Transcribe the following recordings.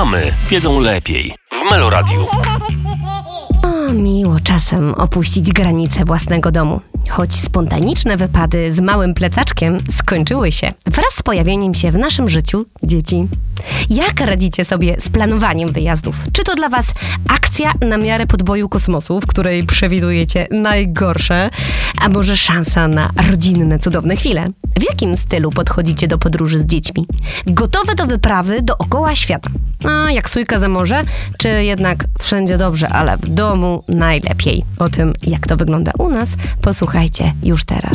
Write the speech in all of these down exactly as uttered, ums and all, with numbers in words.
Mamy wiedzą lepiej w Meloradiu. O, miło czasem opuścić granice własnego domu. Choć spontaniczne wypady z małym plecaczkiem skończyły się wraz z pojawieniem się w naszym życiu dzieci. Jak radzicie sobie z planowaniem wyjazdów? Czy to dla was akcja na miarę podboju kosmosu, w której przewidujecie najgorsze, a może szansa na rodzinne, cudowne chwile? W jakim stylu podchodzicie do podróży z dziećmi? Gotowe do wyprawy dookoła świata? A jak sójka za morze? Czy jednak wszędzie dobrze, ale w domu najlepiej? O tym, jak to wygląda u nas, posłuchajcie już teraz.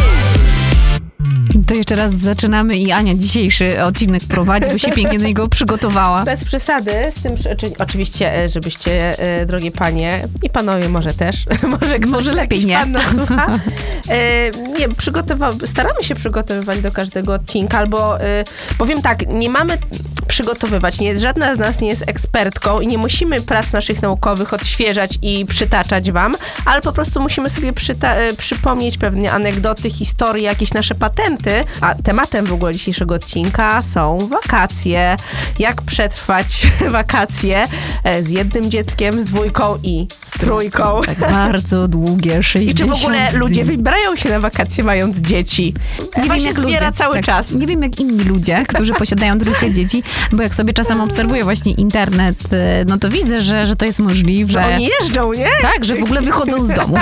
To jeszcze raz zaczynamy i Ania dzisiejszy odcinek prowadzi, bo się pięknie do niego przygotowała. Bez przesady, z tym, że, czy, oczywiście, żebyście, e, drogie panie i panowie może też, może, może lepiej nie. Pan nas słucha, e, nie, przygotowa- staramy się przygotowywać do każdego odcinka, albo e, powiem tak, nie mamy przygotowywać, nie, żadna z nas nie jest ekspertką i nie musimy prac naszych naukowych odświeżać i przytaczać wam, ale po prostu musimy sobie przyta- e, przypomnieć pewne anegdoty, historie, jakieś nasze patenty. A tematem w ogóle dzisiejszego odcinka są wakacje. Jak przetrwać wakacje z jednym dzieckiem, z dwójką i z trójką. Tak bardzo długie, sześćdziesiąt I czy w ogóle ludzie wybrają się na wakacje mając dzieci? Nie Ewa wiem, się jak zbiera ludzie. cały tak, czas. Nie wiem jak inni ludzie, którzy posiadają trójkę dzieci, bo jak sobie czasem obserwuję właśnie internet, no to widzę, że, że to jest możliwe. Że oni jeżdżą, nie? Tak, że w ogóle wychodzą z domu.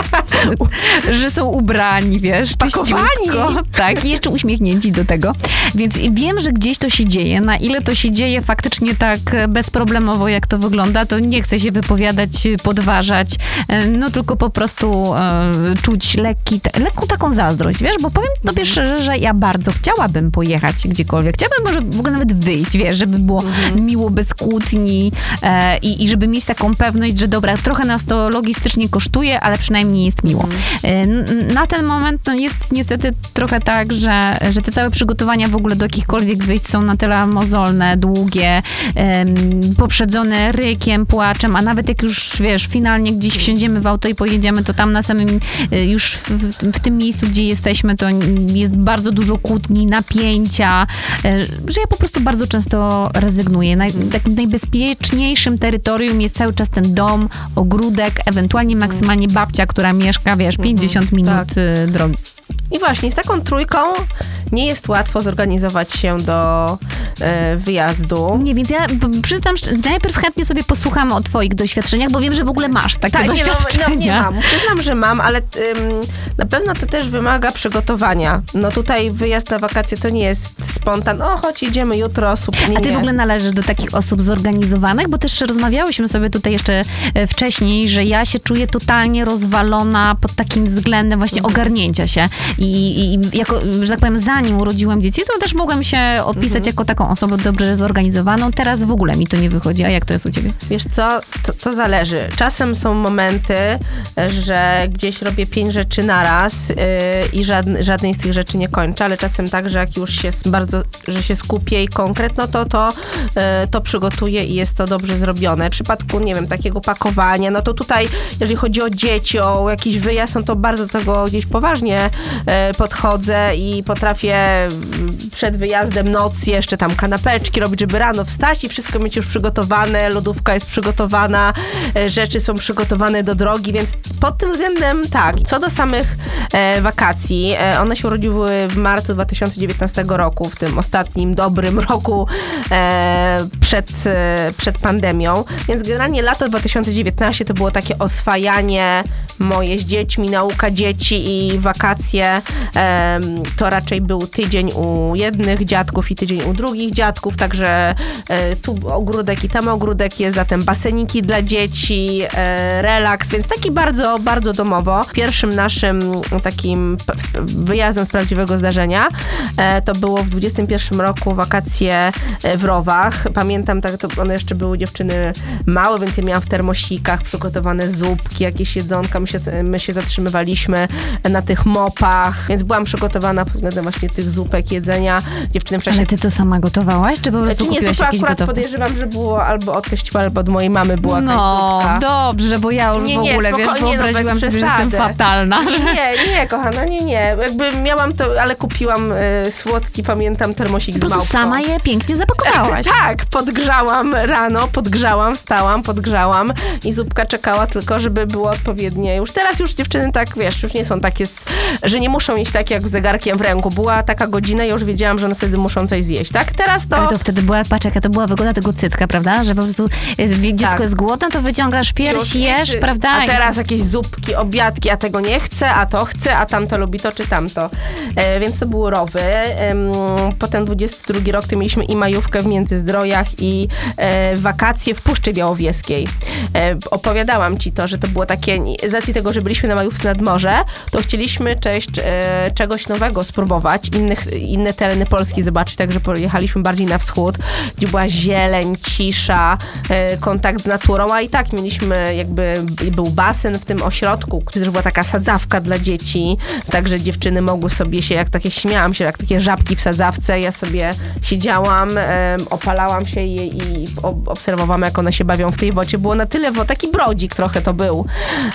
Że są ubrani, wiesz, Pakowani. czyściutko. Tak, i jeszcze uśmiechnięci do tego. Więc wiem, że gdzieś to się dzieje. Na ile to się dzieje faktycznie tak bezproblemowo, jak to wygląda, to nie chcę się wypowiadać, podważać, no tylko po prostu e, czuć lekki, te, lekką taką zazdrość, wiesz, bo powiem tobie szczerze, że ja bardzo chciałabym pojechać gdziekolwiek. Chciałabym może w ogóle nawet wyjść, wiesz, żeby było mhm. miło, bez kłótni e, i, i żeby mieć taką pewność, że dobra, trochę nas to logistycznie kosztuje, ale przynajmniej jest miło. Mhm. E, na ten moment no, jest niestety trochę tak, że, że te całe przygotowania w ogóle do jakichkolwiek wyjść są na tyle mozolne, długie, um, poprzedzone rykiem, płaczem, a nawet jak już, wiesz, finalnie gdzieś wsiądziemy w auto i pojedziemy, to tam na samym, już w, w, w tym miejscu, gdzie jesteśmy, to jest bardzo dużo kłótni, napięcia, że ja po prostu bardzo często rezygnuję. Naj, takim najbezpieczniejszym terytorium jest cały czas ten dom, ogródek, ewentualnie maksymalnie babcia, która mieszka, wiesz, pięćdziesiąt minut tak. drogi. I właśnie z taką trójką nie jest łatwo zorganizować się do e, wyjazdu. Nie, więc ja przyznam, że najpierw chętnie sobie posłuchamy o twoich doświadczeniach, bo wiem, że w ogóle masz takie tak, doświadczenia. Nie, no, no, nie mam. Przyznam, że mam, ale ym, na pewno to też wymaga przygotowania. No tutaj wyjazd na wakacje to nie jest spontan. O, chodź, idziemy jutro. Super, nie, A ty nie. w ogóle należysz do takich osób zorganizowanych? Bo też rozmawiałyśmy sobie tutaj jeszcze wcześniej, że ja się czuję totalnie rozwalona pod takim względem właśnie mhm. ogarnięcia się. I, i jako, że tak powiem, zanim urodziłam dzieci, to też mogłam się opisać mhm. jako taką osobę dobrze zorganizowaną. Teraz w ogóle mi to nie wychodzi. A jak to jest u ciebie? Wiesz co? To, to zależy. Czasem są momenty, że gdzieś robię pięć rzeczy naraz yy, i żadne, żadnej z tych rzeczy nie kończę, ale czasem tak, że jak już się bardzo, że się skupię i konkretno to, to, yy, to przygotuję i jest to dobrze zrobione. W przypadku, nie wiem, takiego pakowania, no to tutaj, jeżeli chodzi o dzieci, o jakiś wyjazd, no to bardzo do tego gdzieś poważnie podchodzę i potrafię przed wyjazdem noc jeszcze tam kanapeczki robić, żeby rano wstać i wszystko mieć już przygotowane, lodówka jest przygotowana, rzeczy są przygotowane do drogi, więc pod tym względem tak. Co do samych e, wakacji, e, one się urodziły w marcu dwa tysiące dziewiętnastego roku, w tym ostatnim dobrym roku e, przed, e, przed pandemią, więc generalnie lato dwa tysiące dziewiętnaście to było takie oswajanie moje z dziećmi, nauka dzieci i wakacje. To raczej był tydzień u jednych dziadków i tydzień u drugich dziadków, także tu ogródek i tam ogródek jest, zatem baseniki dla dzieci, relaks, więc taki bardzo, bardzo domowo. Pierwszym naszym takim wyjazdem z prawdziwego zdarzenia to było w dwudziestym pierwszym roku wakacje w Rowach. Pamiętam, tak, to one jeszcze były dziewczyny małe, więc ja miałam w termosikach przygotowane zupki, jakieś jedzonka, my się, my się zatrzymywaliśmy na tych mopach, więc byłam przygotowana pod względem właśnie tych zupek, jedzenia. Dziewczyny wcześniej... Ale ty to sama gotowałaś, czy po prostu Czy nie, kupiłaś zupę jakieś akurat gotowce? podejrzewam, że było albo od teściowa, albo od mojej mamy była jakaś No, zupka. dobrze, bo ja już Nie, w nie, ogóle, wiesz, spokojnie, no, bez wyobraziłam sobie, że jestem przesady. fatalna. Nie, nie, kochana, nie, nie. Jakby miałam to, ale kupiłam y, słodki, pamiętam, termosik Po z prostu małpką. sama je pięknie zapakowałaś. Tak, podgrzałam rano, podgrzałam, wstałam, podgrzałam i zupka czekała tylko, żeby było odpowiednie. Już teraz już dziewczyny tak, wiesz, już nie są takie, że nie muszą jeść tak jak z zegarkiem w ręku. Była taka godzina i już wiedziałam, że one wtedy muszą coś zjeść, tak? Teraz to... Ale to wtedy była, patrz jaka to była wygoda tego cycka, prawda? Że po prostu jest, dziecko Tak. jest głodne, to wyciągasz pierś, Już jesz, ty- prawda? A teraz jakieś zupki, obiadki, a tego nie chcę, a to chcę, a tamto lubi to czy tamto. E, więc to był rowy. Em, potem dwudziesty drugi rok to mieliśmy i majówkę w Międzyzdrojach i e, wakacje w Puszczy Białowieskiej. E, opowiadałam ci to, że to było takie, z racji tego, że byliśmy na majówce nad morze, to chcieliśmy cześć, e, czegoś nowego spróbować, innych, inne tereny Polski zobaczyć, także pojechaliśmy bardziej na wschód, gdzie była zieleń, cisza, e, kontakt z naturą, a i tak mieliśmy jakby, był basen w tym ośrodku, który też była taka sadzawka dla dzieci, także dziewczyny mogły sobie się, jak takie, śmiałam się, jak takie żabki w sadzawce, ja sobie siedziałam, e, opalałam się i, i ob- obserwowałam, jak one się bawią w tej wodzie. Było na tyle, wo- taki brodzik trochę to był.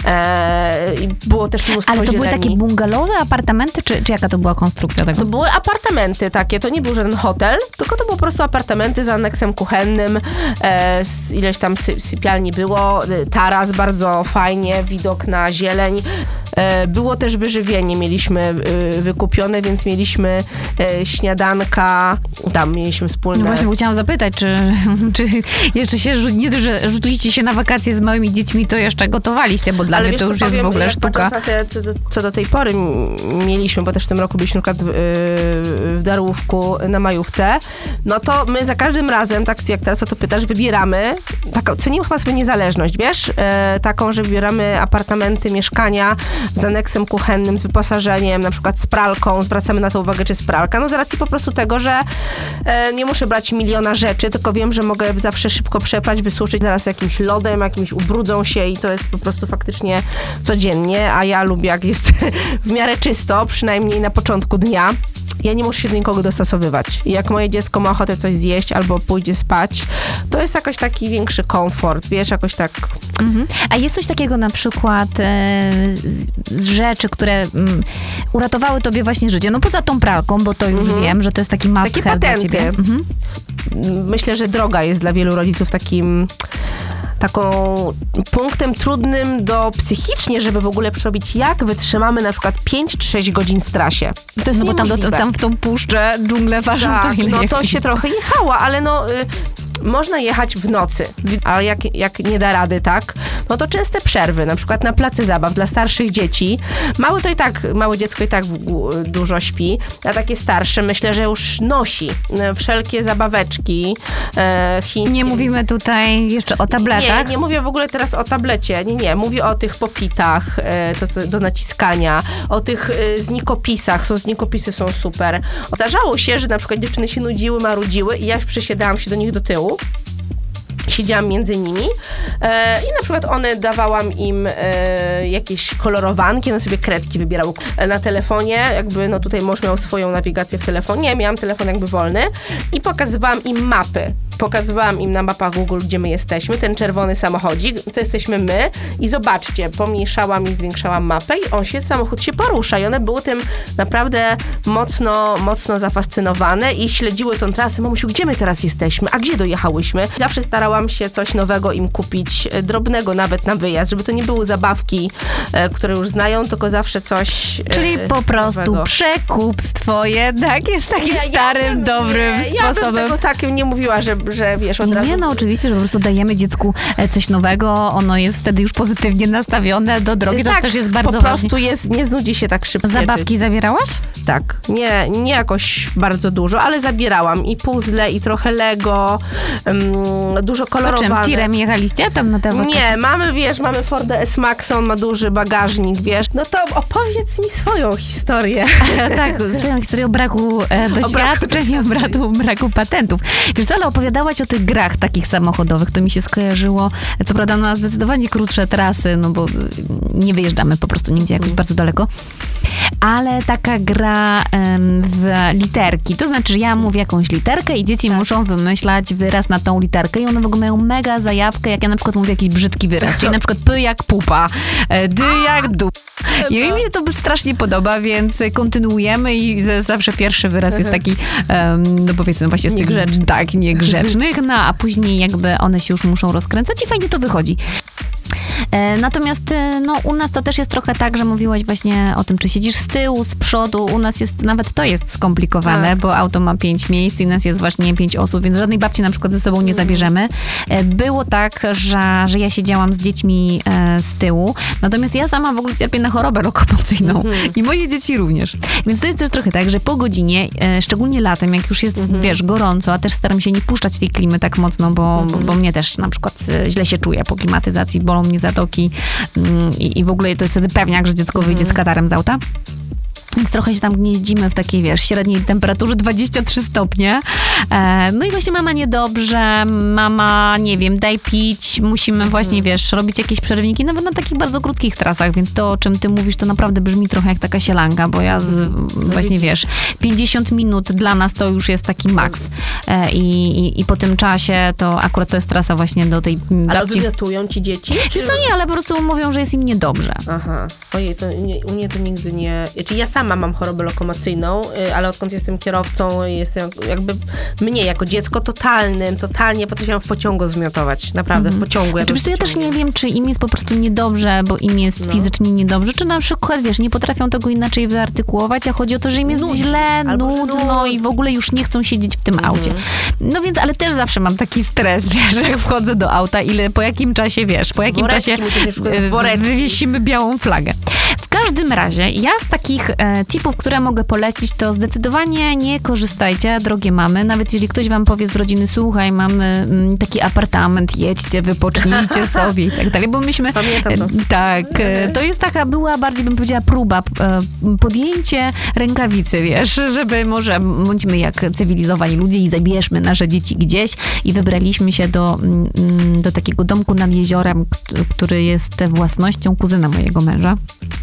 E, I było też mnóstwo Ale to były zieleni. takie bungalowe apartamenty, czy, czy jaka to była konstrukcja tego? To były apartamenty takie, to nie był żaden hotel, tylko to były po prostu apartamenty z aneksem kuchennym, e, z ileś tam sy- sypialni było, e, taras bardzo fajnie, widok na zieleń. E, było też wyżywienie, mieliśmy e, wykupione, więc mieliśmy e, śniadanka, tam mieliśmy wspólne... No właśnie, bo chciałam zapytać, czy, czy jeszcze się, rzu- nie dość, że rzuciliście się na wakacje z małymi dziećmi, to jeszcze gotowaliście, bo dla Ale mnie wiesz, to co już jest powiem, w ogóle jak sztuka. patrząc na te, co, do, co do tej pory m- mieliśmy, bo też w tym roku byliśmy na przykład w, yy, w Darłówku na majówce, no to my za każdym razem, tak jak teraz o to pytasz, wybieramy, taką, cenimy chyba sobie niezależność, wiesz, yy, taką, że wybieramy apartamenty, mieszkania z aneksem kuchennym, z wyposażeniem, na przykład z pralką, zwracamy na to uwagę, czy jest pralka, no z racji po prostu tego, że yy, nie muszę brać miliona rzeczy, tylko wiem, że mogę zawsze szybko przeprać, wysuszyć zaraz jakimś lodem, jakimś ubrudzą się i to jest po prostu faktycznie codziennie, a ja lubię, jak jest w miarę czysto, przynajmniej na początku dnia. Ja nie muszę się do nikogo dostosowywać. I jak moje dziecko ma ochotę coś zjeść albo pójdzie spać, to jest jakoś taki większy komfort, wiesz, jakoś tak... Mhm. A jest coś takiego na przykład e, z, z rzeczy, które mm, uratowały tobie właśnie życie? No poza tą pralką, bo to już Mhm. wiem, że to jest taki must Takie have dla patenty. ciebie. Mhm. Myślę, że droga jest dla wielu rodziców takim taką punktem trudnym do psychicznie, żeby w ogóle przerobić, jak wytrzymamy na przykład pięć czy sześć godzin w trasie. To jest No bo tam, do, niemożliwe. tam w tą puszczę, dżunglę ważą, Tak, to ile no to jechaliście? się trochę jechało, ale no... Y- Można jechać w nocy, ale jak, jak nie da rady, tak, no to częste przerwy, na przykład na place zabaw dla starszych dzieci. Małe to i tak, małe dziecko i tak w- dużo śpi, a takie starsze myślę, że już nosi e, wszelkie zabaweczki e, chińskie. Nie mówimy tutaj jeszcze o tabletach? Nie, nie mówię w ogóle teraz o tablecie, nie, nie, mówię o tych popitach e, to, co- do naciskania, o tych e, znikopisach, są znikopisy są super. Zdarzało się, że na przykład dziewczyny się nudziły, marudziły i ja przesiadałam się do nich do tyłu. Siedziałam między nimi e, i na przykład one, dawałam im e, jakieś kolorowanki, one sobie kredki wybierały e, na telefonie, jakby no tutaj mąż miał swoją nawigację w telefonie, ja miałam telefon jakby wolny i pokazywałam im mapy. Pokazywałam im na mapach Google, gdzie my jesteśmy, ten czerwony samochodzik, to jesteśmy my i zobaczcie, pomniejszałam i zwiększałam mapę i on się, samochód się porusza i one były tym naprawdę mocno, mocno zafascynowane i śledziły tą trasę. Mamusiu, gdzie my teraz jesteśmy? A gdzie dojechałyśmy? Zawsze starałam się coś nowego im kupić, e, drobnego nawet na wyjazd, żeby to nie były zabawki, e, które już znają, tylko zawsze coś e, Czyli po prostu nowego. przekupstwo jednak jest takim Ja- ja starym, bym- dobrym nie, Ja bym sposobem. tego tak nie mówiła, że, że wiesz, od Nie, razu... nie, no oczywiście, że po prostu dajemy dziecku e, coś nowego, ono jest wtedy już pozytywnie nastawione do drogi, to tak, też jest bardzo po ważne. prostu jest, nie znudzi się tak szybko. Zabawki zabierałaś? Tak, nie, nie jakoś bardzo dużo, ale zabierałam i puzzle, i trochę Lego, um, dużo To czym, kolorowane. tirem jechaliście tam na te wakacje? Nie, mamy, wiesz, mamy Forda S-Maxa, on ma duży bagażnik, wiesz. No to opowiedz mi swoją historię. Tak, swoją historię o braku e, doświadczeń, o braku, braku patentów. Wiesz co, ale opowiadałam opowiadałaś o tych grach takich samochodowych, to mi się skojarzyło, co prawda na zdecydowanie krótsze trasy, no bo nie wyjeżdżamy po prostu nigdzie jakoś bardzo daleko, ale taka gra um, w literki, to znaczy, że ja mówię jakąś literkę i dzieci tak. muszą wymyślać wyraz na tą literkę i one w ogóle mają mega zajawkę, jak ja na przykład mówię jakiś brzydki wyraz, czyli na przykład p jak pupa, d jak dup. I mi się to strasznie podoba, więc kontynuujemy i z, zawsze pierwszy wyraz jest taki, um, no powiedzmy właśnie z tych niegrzecznych. Tak, niegrzecznych, no a później jakby one się już muszą rozkręcać i fajnie to wychodzi. Natomiast no, u nas to też jest trochę tak, że mówiłaś właśnie o tym, czy siedzisz z tyłu, z przodu. U nas jest, nawet to jest skomplikowane, tak. bo auto ma pięć miejsc i nas jest właśnie pięć osób, więc żadnej babci na przykład ze sobą nie zabierzemy. Było tak, że, że ja siedziałam z dziećmi e, z tyłu, natomiast ja sama w ogóle cierpię na chorobę lokomocyjną mhm. i moje dzieci również. Więc to jest też trochę tak, że po godzinie, e, szczególnie latem, jak już jest, mhm. wiesz, gorąco, a też staram się nie puszczać tej klimy tak mocno, bo, mhm. bo, bo mnie też na przykład źle się czuję po klimatyzacji, bolą mnie zatoki i, i w ogóle to wtedy pewniak, że dziecko wyjdzie z katarem z auta. Więc trochę się tam gnieździmy w takiej, wiesz, średniej temperaturze dwadzieścia trzy stopnie. E, no i właśnie mama niedobrze, mama, nie wiem, daj pić, musimy właśnie, wiesz, robić jakieś przerywniki, nawet na takich bardzo krótkich trasach, więc to, o czym ty mówisz, to naprawdę brzmi trochę jak taka sielanka, bo ja z, właśnie, wiesz, pięćdziesiąt minut dla nas to już jest taki maks. E, i, i, I po tym czasie to akurat to jest trasa właśnie do tej Ale babci. wymiotują ci dzieci? Wiesz co, nie, ale po prostu mówią, że jest im niedobrze. Aha. Ojej, to nie, u mnie to nigdy nie... Znaczy ja sama mam chorobę lokomocyjną, ale odkąd jestem kierowcą, jestem jakby mnie jako dziecko totalnym, totalnie potrafiłam w pociągu zmiotować. Naprawdę, mm. w pociągu. Oczywiście ja też nie wiem, czy im jest po prostu niedobrze, bo im jest no. fizycznie niedobrze, czy na przykład, wiesz, nie potrafią tego inaczej wyartykułować, a chodzi o to, że im jest Nud. źle, nudno i w ogóle już nie chcą siedzieć w tym mm. aucie. No więc, ale też zawsze mam taki stres, wiesz, jak wchodzę do auta, ile, po jakim czasie, wiesz, po jakim woreczki czasie wywiesimy białą flagę. W każdym razie, ja z takich e, tipów, które mogę polecić, to zdecydowanie nie korzystajcie, drogie mamy, nawet jeżeli ktoś wam powie z rodziny, słuchaj, mamy m, taki apartament, jedźcie, wypocznijcie sobie i tak dalej, bo myśmy... Pamiętam to. E, tak, e, to jest taka, była bardziej, bym powiedziała, próba, e, podjęcie rękawicy, wiesz, żeby może bądźmy jak cywilizowani ludzie i zabierzmy nasze dzieci gdzieś i wybraliśmy się do, m, do takiego domku nad jeziorem, który jest własnością kuzyna mojego męża.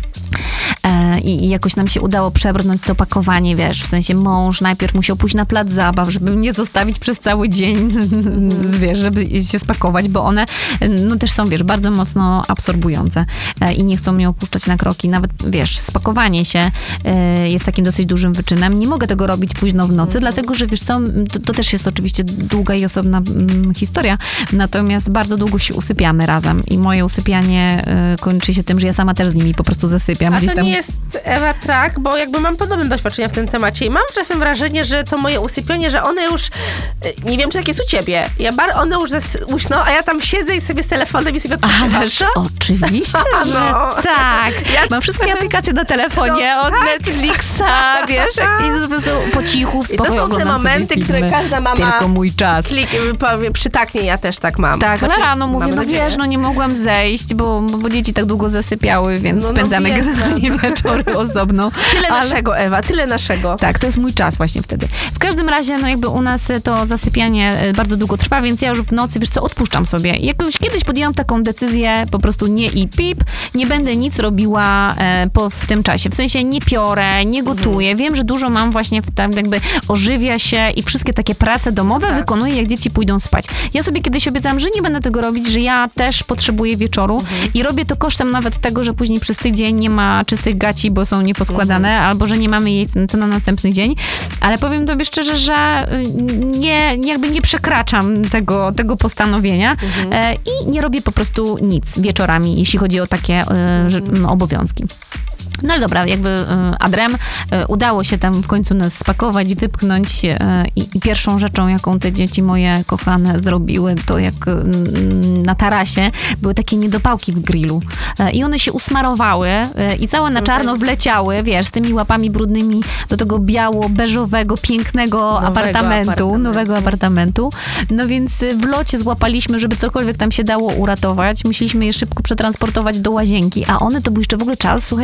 I, I jakoś nam się udało przebrnąć to pakowanie, wiesz, w sensie mąż najpierw musiał pójść na plac zabaw, żeby nie zostawić przez cały dzień, wiesz, żeby się spakować, bo one, no też są, wiesz, bardzo mocno absorbujące i nie chcą mnie opuszczać na kroki. Nawet, wiesz, spakowanie się jest takim dosyć dużym wyczynem. Nie mogę tego robić późno w nocy, dlatego, że wiesz co, to, to też jest oczywiście długa i osobna mm, historia, natomiast bardzo długo się usypiamy razem i moje usypianie y, kończy się tym, że ja sama też z nimi po prostu zasypiam. A gdzieś to tam... nie jest, Ewa, trak, bo jakby mam podobne doświadczenia w tym temacie i mam czasem wrażenie, że to moje usypianie, że one już, nie wiem, czy tak jest u ciebie, ja bar, one już usną, a ja tam siedzę i sobie z telefonem i sobie odpoczywam. Ależ oczywiście, że no. tak. Ja... Mam wszystkie aplikacje na telefonie, no, od tak. Netflixa, wiesz, i po prostu po cichu, w spokoju I to są te momenty, które każda mama tylko mój czas. Klik, powie, przytaknie, ja też tak mam. Tak, ale znaczy, rano mówię, no nadzieję. wiesz, no nie mogłam zejść, bo, bo dzieci tak długo zasypiały, więc no, spędzamy no, generalnie wieczory osobno. Tyle ale... naszego, Ewa, tyle naszego. Tak, to jest mój czas właśnie wtedy. W każdym razie, no jakby u nas to zasypianie bardzo długo trwa, więc ja już w nocy, wiesz co, odpuszczam sobie. Jakoś kiedyś podjęłam taką decyzję, po prostu nie i pip, nie będę nic robiła e, po, w tym czasie. W sensie nie piorę, nie gotuję. Mhm. Wiem, że dużo mam właśnie w tam jakby ożywia się i wszystkie takie prace domowe tak. wykonuję, jak dzieci pójdą spać. Ja sobie kiedyś obiecałam, że nie będę tego robić, że ja też potrzebuję wieczoru mhm. i robię to kosztem nawet tego, że później przez tydzień nie ma czystych gaci, bo są nieposkładane, mhm. albo że nie mamy jej co na następny dzień. Ale powiem tobie szczerze, że nie, jakby nie przekraczam tego, tego postanowienia mhm. e, i nie robię po prostu nic wieczorami, jeśli chodzi o takie e, mhm. obowiązki. No ale dobra, jakby y, adrem y, udało się tam w końcu nas spakować, wypchnąć y, i pierwszą rzeczą, jaką te dzieci moje kochane zrobiły, to jak y, na tarasie były takie niedopałki w grillu y, i one się usmarowały y, i całe na czarno wleciały, wiesz, z tymi łapami brudnymi do tego biało-beżowego, pięknego nowego apartamentu, apartamentu, nowego apartamentu. No więc w locie złapaliśmy, żeby cokolwiek tam się dało uratować. Musieliśmy je szybko przetransportować do łazienki, a one, to był jeszcze w ogóle czas, słuchaj, że one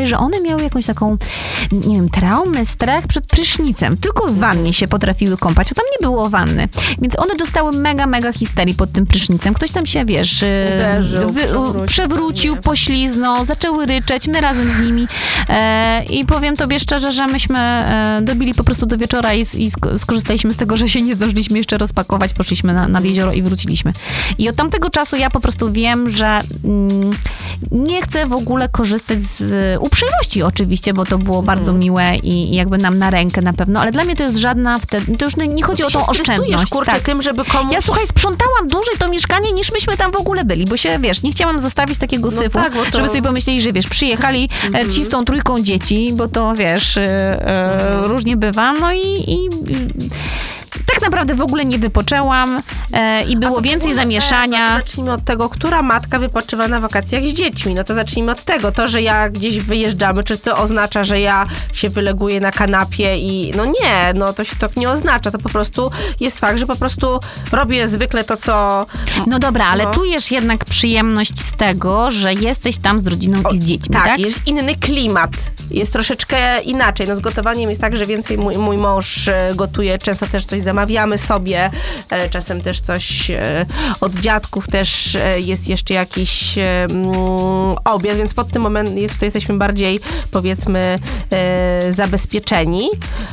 miały jakąś taką, nie wiem, traumę, strach przed prysznicem. Tylko w wannie się potrafiły kąpać, a tam nie było wanny. Więc one dostały mega, mega histerii pod tym prysznicem. Ktoś tam się, wiesz, Uderzył, wy, przewrócił, przewrócił, nie. pośliznął, zaczęły ryczeć, my razem z nimi. E, I powiem tobie szczerze, że myśmy e, dobili po prostu do wieczora i, i sk- skorzystaliśmy z tego, że się nie zdążyliśmy jeszcze rozpakować, poszliśmy na, nad jezioro i wróciliśmy. I od tamtego czasu ja po prostu wiem, że mm, nie chcę w ogóle korzystać z y, uprzejmości oczywiście, bo to było bardzo Mhm. miłe i, i jakby nam na rękę na pewno, ale dla mnie to jest żadna wtedy, to już nie chodzi Ty o tą się stresujesz, oszczędność. kurczę, Tak. tym, żeby komuś... Ja, słuchaj, sprzątałam dłużej to mieszkanie, niż myśmy tam w ogóle byli, bo się, wiesz, nie chciałam zostawić takiego No syfu, tak, bo to- żeby sobie pomyśleli, że, wiesz, przyjechali e, ci z tą trójką dzieci, bo to, wiesz, e, e, różnie bywa, no i, i, i tak naprawdę w ogóle nie wypoczęłam e, i było więcej No, zamieszania. Zacznijmy od tego, która matka wypoczywa na wakacjach z dziećmi. No to zacznijmy od tego. To, że ja gdzieś wyjeżdżamy, czy to oznacza, że ja się wyleguję na kanapie i no nie, no to się tak nie oznacza. To po prostu jest fakt, że po prostu robię zwykle to, co... No dobra, ale No. czujesz jednak przyjemność z tego, że jesteś tam z rodziną i z dziećmi, tak? Tak, jest inny klimat. Jest troszeczkę inaczej. No z gotowaniem jest tak, że więcej mój, mój mąż e, gotuje, często też coś zamawiamy sobie, e, czasem też coś e, od dziadków też e, jest jeszcze jakiś e, mm, obiad, więc pod tym momentem jest, tutaj jesteśmy bardziej, powiedzmy, e, zabezpieczeni.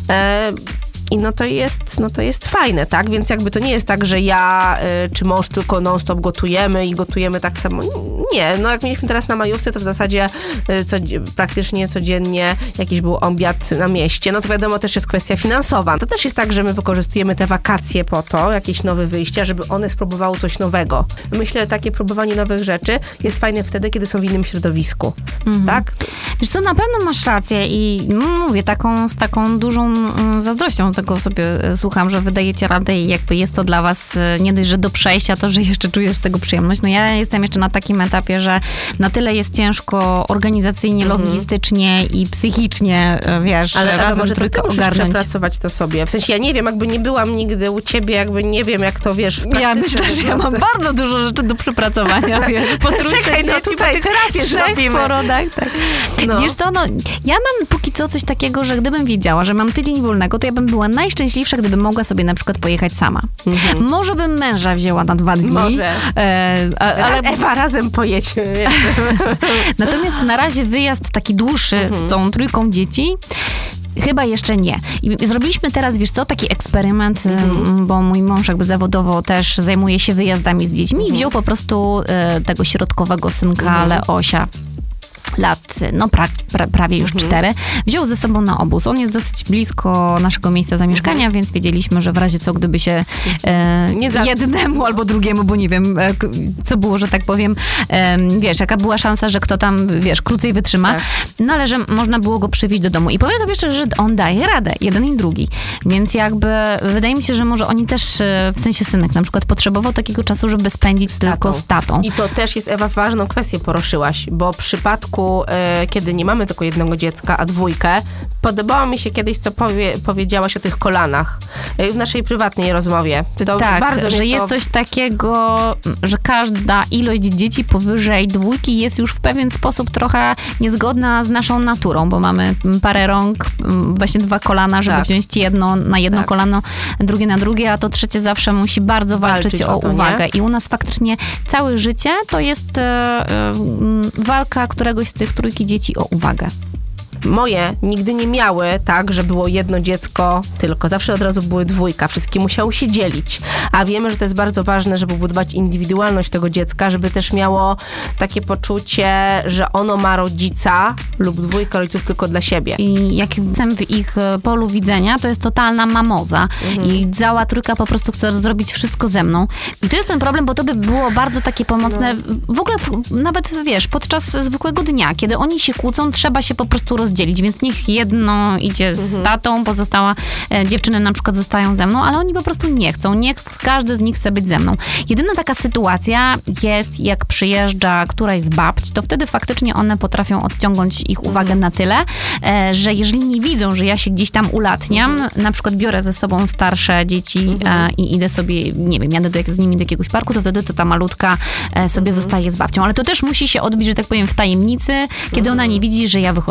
E, I no to jest, no to jest fajne, tak? Więc jakby to nie jest tak, że ja y, czy mąż tylko non-stop gotujemy i gotujemy tak samo. Nie, no jak mieliśmy teraz na majówce, to w zasadzie y, co, praktycznie codziennie jakiś był obiad na mieście. No to wiadomo, też jest kwestia finansowa. To też jest tak, że my wykorzystujemy te wakacje po to, jakieś nowe wyjścia, żeby one spróbowały coś nowego. Myślę, że takie próbowanie nowych rzeczy jest fajne wtedy, kiedy są w innym środowisku, Mhm. tak? Wiesz co, na pewno masz rację i mówię taką, z taką dużą mm, zazdrością tego sobie e, słucham, że wydajecie radę i jakby jest to dla was e, nie dość, że do przejścia, to, że jeszcze czujesz z tego przyjemność. No ja jestem jeszcze na takim etapie, że na tyle jest ciężko organizacyjnie, Mhm. logistycznie i psychicznie, e, wiesz, Ale, ale razem może to trójkę ty musisz ogarnąć. przepracować to sobie. W sensie ja nie wiem, jakby nie byłam nigdy u ciebie, jakby nie wiem, jak to wiesz w praktyce. Ja myślę, że ja mam bardzo dużo rzeczy do przepracowania. Wiesz, po trójce Czekaj, no dzieci, tutaj po tych terapię trzech zrobimy. porodach. Tak. No. Wiesz co, no, ja mam póki co coś takiego, że gdybym wiedziała, że mam tydzień wolnego, to ja bym była najszczęśliwsza, gdybym mogła sobie na przykład pojechać sama. Mhm. Może bym męża wzięła na dwa dni. Może. E, a, ale Ale Ewa, razem pojedźmy. wiesz. natomiast na razie wyjazd taki dłuższy Mhm. z tą trójką dzieci chyba jeszcze nie. I zrobiliśmy teraz, wiesz co, taki eksperyment, Mhm. bo mój mąż jakby zawodowo też zajmuje się wyjazdami z dziećmi i wziął po prostu e, tego środkowego synka Mhm. Leosia. Lat, no pra, pra, prawie już Mhm. cztery, wziął ze sobą na obóz. On jest dosyć blisko naszego miejsca zamieszkania, Mhm. więc wiedzieliśmy, że w razie co, gdyby się e, Nie za- jednemu albo drugiemu, bo nie wiem, e, k- co było, że tak powiem, e, wiesz, jaka była szansa, że kto tam, wiesz, krócej wytrzyma, Tak. no ale że można było go przywieźć do domu. I powiem tobie szczerze, że on daje radę, jeden i drugi. Więc jakby wydaje mi się, że może oni też, e, w sensie synek na przykład, potrzebował takiego czasu, żeby spędzić tylko z tatą. I to też jest, Ewa, ważną kwestię poruszyłaś, bo w przypadku, e, kiedy nie mamy tylko jednego dziecka, a dwójkę, podobało mi się kiedyś, co powie, powiedziałaś o tych kolanach e, w naszej prywatnej rozmowie. To Tak, bardzo że mnie jest to... coś takiego, że każda ilość dzieci powyżej dwójki jest już w pewien sposób trochę niezgodna z naszą naturą, bo mamy parę rąk, właśnie dwa kolana, żeby Tak. wziąć jedno na jedno Tak. kolano, drugie na drugie, a to trzecie zawsze musi bardzo walczyć, Walczyć o, o to, uwagę. nie? I u nas faktycznie całe życie to jest e, e, walka któregoś z tych trójki dzieci o uwagę. Moje nigdy nie miały tak, że było jedno dziecko tylko. Zawsze od razu były dwójka. Wszystkie musiały się dzielić. A wiemy, że to jest bardzo ważne, żeby budować indywidualność tego dziecka, żeby też miało takie poczucie, że ono ma rodzica lub dwójkę rodziców tylko dla siebie. I jak jestem w ich e, polu widzenia, to jest totalna mamoza. I cała trójka po prostu chce zrobić wszystko ze mną. I to jest ten problem, bo to by było bardzo takie pomocne, w ogóle w, nawet, wiesz, podczas zwykłego dnia, kiedy oni się kłócą, trzeba się po prostu rozdzielić, więc niech jedno idzie z tatą, pozostała e, dziewczyny na przykład zostają ze mną, ale oni po prostu nie chcą. Niech każdy z nich chce być ze mną. Jedyna taka sytuacja jest, jak przyjeżdża któraś z babć, to wtedy faktycznie one potrafią odciągnąć ich uwagę na tyle, e, że jeżeli nie widzą, że ja się gdzieś tam ulatniam, na przykład biorę ze sobą starsze dzieci e, i idę sobie, nie wiem, jadę do, jak- z nimi do jakiegoś parku, to wtedy to ta malutka e, sobie zostaje z babcią. Ale to też musi się odbić, że tak powiem, w tajemnicy, kiedy ona nie widzi, że ja wychodzę. I to są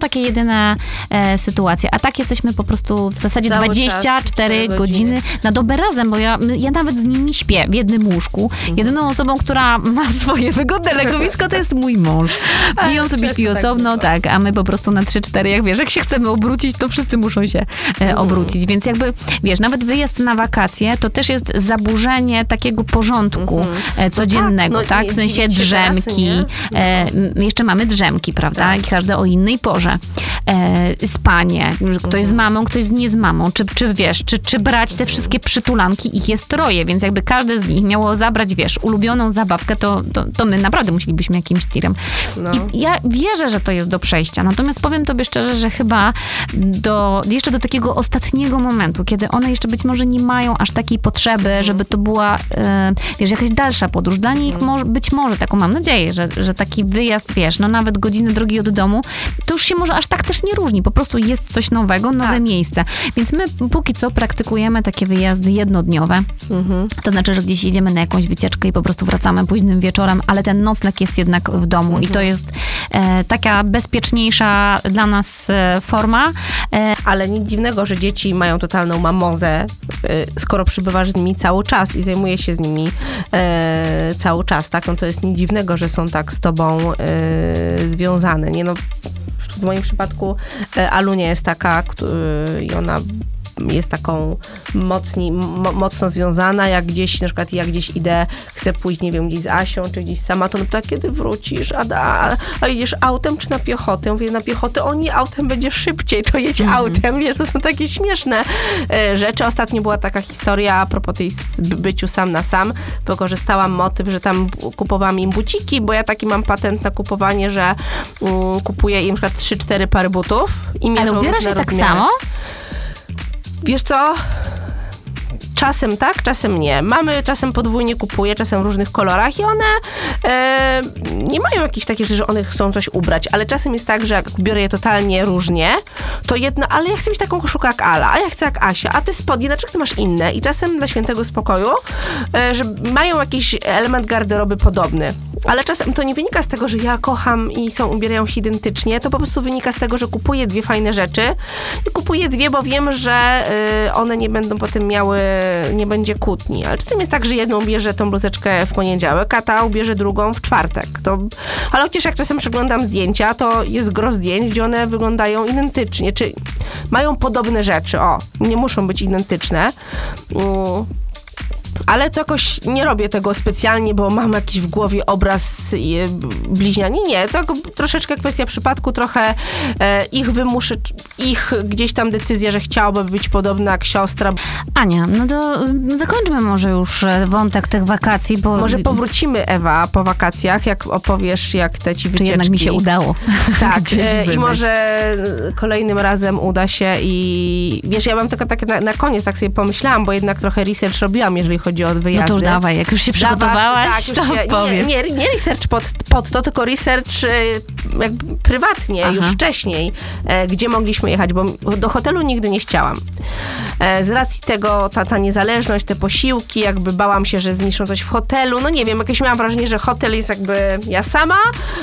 takie jedyne e, sytuacje. A tak jesteśmy po prostu w zasadzie Cały dwadzieścia cztery czas, godziny na dobę razem, bo ja, ja nawet z nimi śpię w jednym łóżku. Mhm. Jedyną osobą, która ma swoje wygodne legowisko, to jest mój mąż. I on sobie śpi osobno, tak, tak, a my po prostu na trzy cztery, jak wiesz, jak się chcemy obrócić, to wszyscy muszą się e, obrócić. Więc jakby, wiesz, nawet wyjazd na wakacje, to też jest zaburzenie takiego porządku e, codziennego, no tak, no, tak? W sensie drzemki. E, jeszcze mamy drzemki, prawda? Tak. I każde o innej porze. E, spanie. Ktoś z mamą, ktoś z nie z mamą. Czy, czy wiesz, czy, czy brać te wszystkie przytulanki, ich jest troje, więc jakby każde z nich miało zabrać, wiesz, ulubioną zabawkę, to, to, to my naprawdę musielibyśmy jakimś tirem. No. I ja wierzę, że to jest do przejścia. Natomiast powiem tobie szczerze, że chyba do, jeszcze do takiego ostatniego momentu, kiedy one jeszcze być może nie mają aż takiej potrzeby, żeby to była, e, wiesz, jakaś dalsza podróż. Dla nich może, być może, taką mam nadzieję, że, że taki wyjazd, wiesz, no nawet godzinę drogi od domu, to już się może aż tak też nie różni. Po prostu jest coś nowego, nowe tak. miejsce. Więc my póki co praktykujemy takie wyjazdy jednodniowe. Mhm. To znaczy, że gdzieś jedziemy na jakąś wycieczkę i po prostu wracamy późnym wieczorem, ale ten nocleg jest jednak w domu mhm. i to jest e, taka bezpieczniejsza dla nas e, forma. E, ale nic dziwnego, że dzieci mają totalną mamozę, e, skoro przybywasz z nimi cały czas i zajmujesz się z nimi e, cały czas, tak? No to jest nic dziwnego, że są tak z tobą e, związane, nie? No, w moim przypadku e, Alunia jest taka który, i ona jest taką mocni, mo, mocno związana, jak gdzieś, na przykład ja gdzieś idę, chcę pójść, nie wiem, gdzieś z Asią, czy gdzieś sama, to no tak, kiedy wrócisz, a, a, a idziesz autem, czy na piechotę? Mówię, na piechotę, o nie, autem będzie szybciej, to jedź mm. autem, wiesz, to są takie śmieszne e, rzeczy. Ostatnio była taka historia a propos tej byciu sam na sam, wykorzystałam motyw, że tam kupowałam im buciki, bo ja taki mam patent na kupowanie, że um, kupuję im na przykład trzy cztery pary butów i mierzą Ale ubierasz je tak rozmiary. samo? Wiesz co? Czasem tak, czasem nie. Mamy, czasem podwójnie kupuję, czasem w różnych kolorach i one e, nie mają jakichś takich rzeczy, że one chcą coś ubrać, ale czasem jest tak, że jak biorę je totalnie różnie, to jedno, ale ja chcę mieć taką koszulkę jak Ala, a ja chcę jak Asia, a ty spodnie, dlaczego ty masz inne? I czasem dla świętego spokoju, e, że mają jakiś element garderoby podobny. Ale czasem to nie wynika z tego, że ja kocham i są, ubierają się identycznie, to po prostu wynika z tego, że kupuję dwie fajne rzeczy i kupuję dwie, bo wiem, że y, one nie będą potem miały, nie będzie kłótni. Ale czasem jest tak, że jedną bierze tą bluzeczkę w poniedziałek, a ta ubierze drugą w czwartek. To, ale chociaż jak czasem przeglądam zdjęcia, to jest gro zdjęć, gdzie one wyglądają identycznie, czy mają podobne rzeczy. O, nie muszą być identyczne. Mm. Ale to jakoś nie robię tego specjalnie, bo mam jakiś w głowie obraz bliźniani. Nie, to troszeczkę kwestia przypadku, trochę e, ich wymuszę, ich gdzieś tam decyzja, że chciałaby być podobna jak siostra. Ania, no to zakończmy może już wątek tych wakacji, bo... Może powrócimy, Ewa, po wakacjach, jak opowiesz, jak te ci wycieczki. Czy jednak mi się udało. Tak, e, i może kolejnym razem uda się i wiesz, ja mam tylko tak na, na koniec, tak sobie pomyślałam, bo jednak trochę research robiłam, jeżeli chodzi o wyjazdy. No to już dawaj, jak już się przygotowałaś, Dawasz, tak, to się, powiedz. Nie, nie, nie research pod, pod to, tylko research jakby prywatnie, Aha. już wcześniej, e, gdzie mogliśmy jechać, bo do hotelu nigdy nie chciałam. E, z racji tego, ta, ta niezależność, te posiłki, jakby bałam się, że zniszczą coś w hotelu. No nie wiem, jakieś miałam wrażenie, że hotel jest jakby ja sama,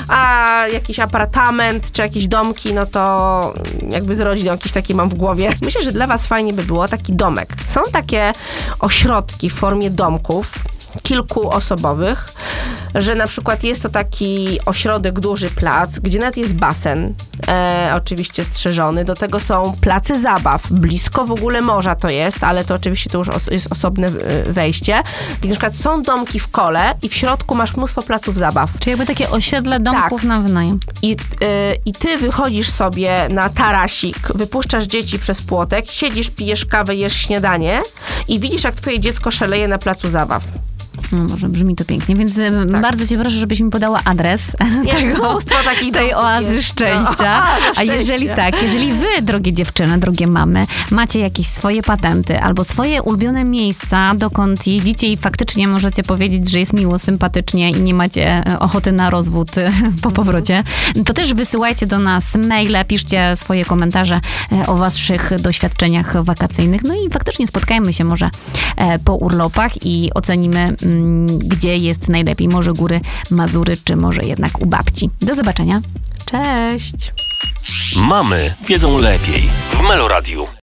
a jakiś apartament, czy jakieś domki, no to jakby z rodziną jakieś takie mam w głowie. Myślę, że dla was fajnie by było taki domek. Są takie ośrodki w formie domków, kilkuosobowych, że na przykład jest to taki ośrodek, duży plac, gdzie nawet jest basen, e, oczywiście strzeżony, do tego są place zabaw, blisko w ogóle morza to jest, ale to oczywiście to już os- jest osobne wejście, gdzie na przykład są domki w kole i w środku masz mnóstwo placów zabaw. Czyli jakby takie osiedle domków tak. na wynajem. I, y, I ty wychodzisz sobie na tarasik, wypuszczasz dzieci przez płotek, siedzisz, pijesz kawę, jesz śniadanie i widzisz, jak twoje dziecko szaleje na placu zabaw. No, może brzmi to pięknie, więc tak. bardzo cię proszę, żebyś mi podała adres tego, tej oazy jest. szczęścia. No, aha, a jeżeli tak, jeżeli wy, drogie dziewczyny, drogie mamy, macie jakieś swoje patenty albo swoje ulubione miejsca, dokąd jeździcie i faktycznie możecie powiedzieć, że jest miło, sympatycznie i nie macie ochoty na rozwód po powrocie, to też wysyłajcie do nas maile, piszcie swoje komentarze o waszych doświadczeniach wakacyjnych. No i faktycznie spotkajmy się może po urlopach i ocenimy, gdzie jest najlepiej. Może góry, Mazury, czy może jednak u babci. Do zobaczenia. Cześć! Mamy wiedzą lepiej w Meloradiu.